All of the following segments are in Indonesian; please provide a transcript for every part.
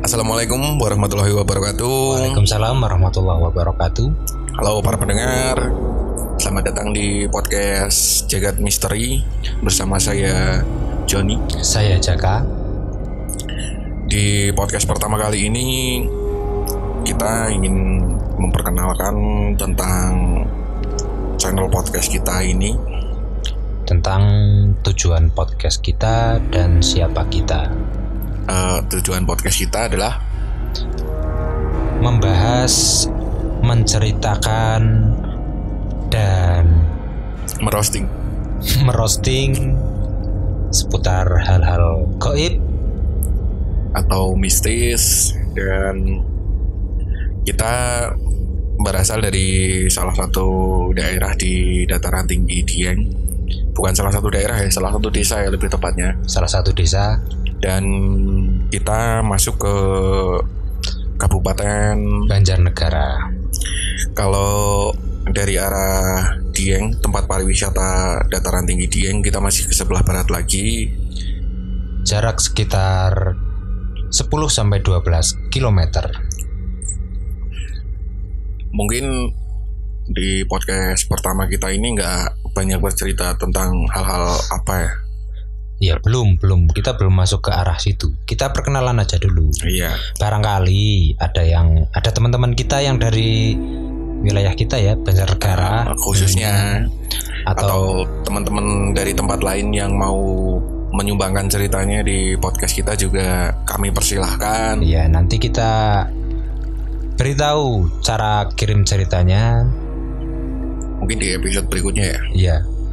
Assalamualaikum warahmatullahi wabarakatuh. Waalaikumsalam warahmatullahi wabarakatuh. Halo para pendengar, selamat datang di podcast Jagat Misteri bersama saya Joni. Saya Jaka. Di podcast pertama kali ini kita ingin memperkenalkan tentang channel podcast kita ini, Tentang tujuan podcast kita dan siapa kita. Tujuan podcast kita adalah membahas, menceritakan, dan merosting seputar hal-hal gaib atau mistis, dan kita berasal dari salah satu daerah di dataran tinggi Dieng. Bukan salah satu daerah ya, salah satu desa ya lebih tepatnya. salah satu desa. Dan kita masuk ke Kabupaten Banjarnegara. Kalau dari arah Dieng, tempat pariwisata dataran tinggi Dieng, kita masih ke sebelah barat lagi. Jarak sekitar 10-12 km. Mungkin di podcast pertama kita ini nggak banyak bercerita tentang hal-hal apa ya. Ya belum kita belum masuk ke arah situ. Kita perkenalan aja dulu. Iya. Barangkali ada teman-teman kita yang dari wilayah kita ya, Banjarnegara Khususnya atau teman-teman dari tempat lain yang mau menyumbangkan ceritanya di podcast kita juga kami persilahkan. ya nanti kita beritahu cara kirim ceritanya Mungkin di episode berikutnya ya. ya.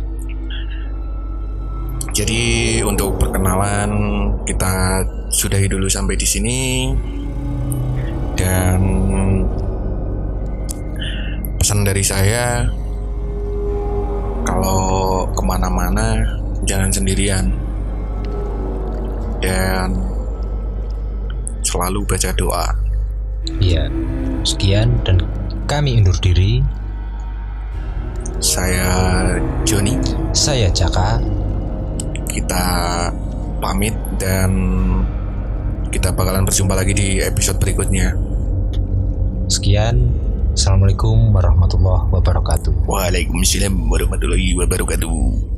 Jadi untuk perkenalan kita sudahi dulu sampai di sini, dan pesan dari saya, kalau kemana-mana jangan sendirian dan selalu baca doa. Ya, sekian dan kami undur diri. Saya Joni. Saya Jaka. Kita pamit dan kita bakalan berjumpa lagi di episode berikutnya. Sekian. Assalamualaikum warahmatullahi wabarakatuh. Waalaikumsalam warahmatullahi wabarakatuh.